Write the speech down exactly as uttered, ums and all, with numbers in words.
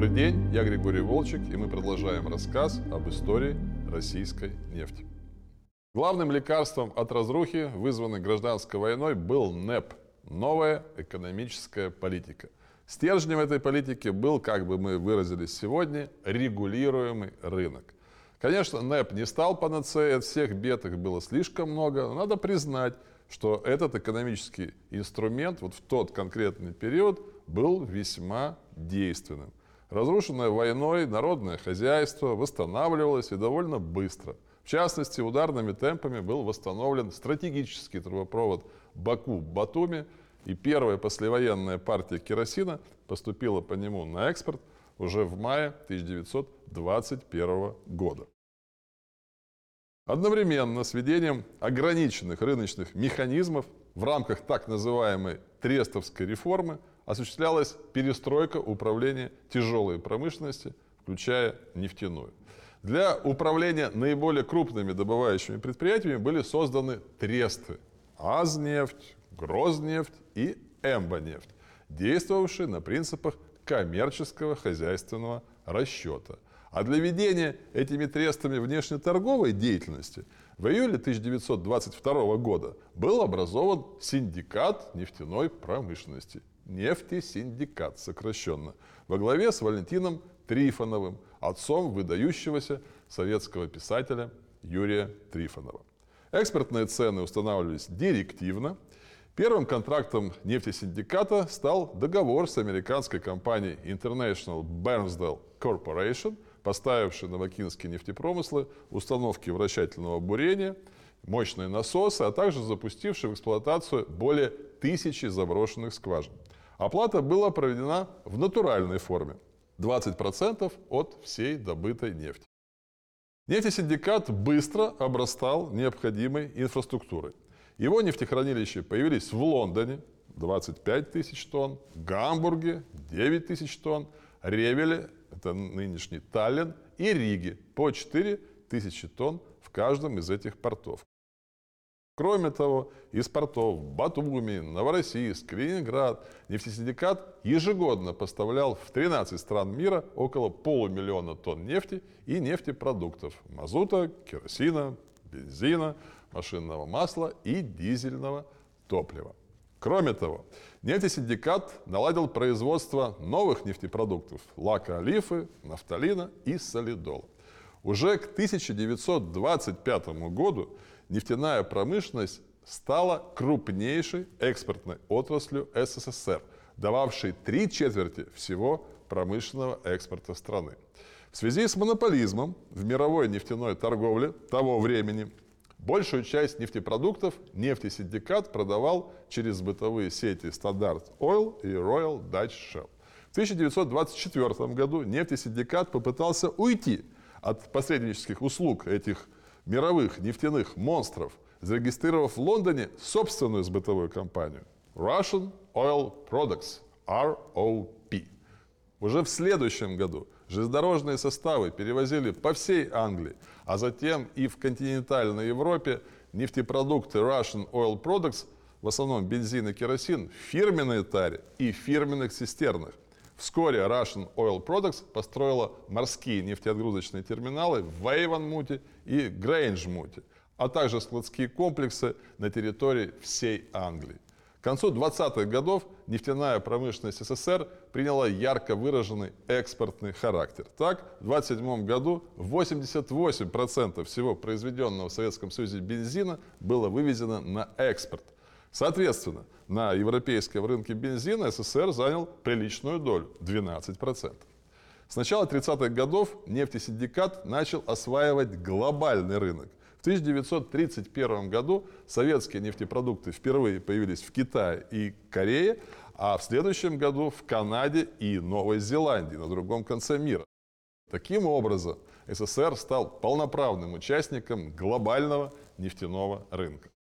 Добрый день, я Григорий Волчек, и мы продолжаем рассказ об истории российской нефти. Главным лекарством от разрухи, вызванной гражданской войной, был НЭП – новая экономическая политика. Стержнем этой политики был, как бы мы выразились сегодня, регулируемый рынок. Конечно, НЭП не стал панацеей от всех бед, их было слишком много, но надо признать, что этот экономический инструмент вот в тот конкретный период был весьма действенным. Разрушенное войной народное хозяйство восстанавливалось и довольно быстро. В частности, ударными темпами был восстановлен стратегический трубопровод Баку-Батуми, и первая послевоенная партия керосина поступила по нему на экспорт уже в мае тысяча девятьсот двадцать первого года. Одновременно с введением ограниченных рыночных механизмов в рамках так называемой трестовской реформы осуществлялась перестройка управления тяжелой промышленности, включая нефтяную. Для управления наиболее крупными добывающими предприятиями были созданы тресты Азнефть, Грознефть и Эмбанефть, действовавшие на принципах коммерческого хозяйственного расчета. А для ведения этими трестами внешнеторговой деятельности в июле тысяча девятьсот двадцать второго года был образован синдикат нефтяной промышленности, нефтесиндикат сокращенно, во главе с Валентином Трифоновым, отцом выдающегося советского писателя Юрия Трифонова. Экспортные цены устанавливались директивно. Первым контрактом нефтесиндиката стал договор с американской компанией International Bairnsdale Corporation, поставившей на бакинские нефтепромыслы установки вращательного бурения, мощные насосы, а также запустивший в эксплуатацию более тысячи заброшенных скважин. Оплата была проведена в натуральной форме – двадцать процентов от всей добытой нефти. Нефтесиндикат быстро обрастал необходимой инфраструктурой. Его нефтехранилища появились в Лондоне – двадцать пять тысяч тонн, Гамбурге – девять тысяч тонн, Ревеле – это нынешний Таллин, и Риге – по четыре тысячи тонн в каждом из этих портов. Кроме того, из портов Батуми, Новороссийск, Калининград нефтесиндикат ежегодно поставлял в тринадцать стран мира около полумиллиона тонн нефти и нефтепродуктов – мазута, керосина, бензина, машинного масла и дизельного топлива. Кроме того, нефтесиндикат наладил производство новых нефтепродуктов – лака-олифы, нафталина и солидола. Уже к тысяча девятьсот двадцать пятому году нефтяная промышленность стала крупнейшей экспортной отраслью СССР, дававшей три четверти всего промышленного экспорта страны. В связи с монополизмом в мировой нефтяной торговле того времени большую часть нефтепродуктов нефтесиндикат продавал через бытовые сети Standard Oil и Royal Dutch Shell. В тысяча девятьсот двадцать четвёртом году нефтесиндикат попытался уйти от посреднических услуг этих мировых нефтяных монстров, зарегистрировав в Лондоне собственную сбытовую компанию Russian Oil Products, ар о пи. Уже в следующем году железнодорожные составы перевозили по всей Англии, а затем и в континентальной Европе нефтепродукты Russian Oil Products, в основном бензин и керосин, в фирменной таре и фирменных цистернах. Вскоре Russian Oil Products построила морские нефтеотгрузочные терминалы в Вейвенмуте и Грейнджмуте, а также складские комплексы на территории всей Англии. К концу двадцатых годов нефтяная промышленность СССР приняла ярко выраженный экспортный характер. Так, в двадцать седьмом году восемьдесят восемь процентов всего произведенного в Советском Союзе бензина было вывезено на экспорт. Соответственно, на европейском рынке бензина СССР занял приличную долю – двенадцать процентов. С начала тридцатых годов нефтесиндикат начал осваивать глобальный рынок. В тысяча девятьсот тридцать первом году советские нефтепродукты впервые появились в Китае и Корее, а в следующем году в Канаде и Новой Зеландии, на другом конце мира. Таким образом, СССР стал полноправным участником глобального нефтяного рынка.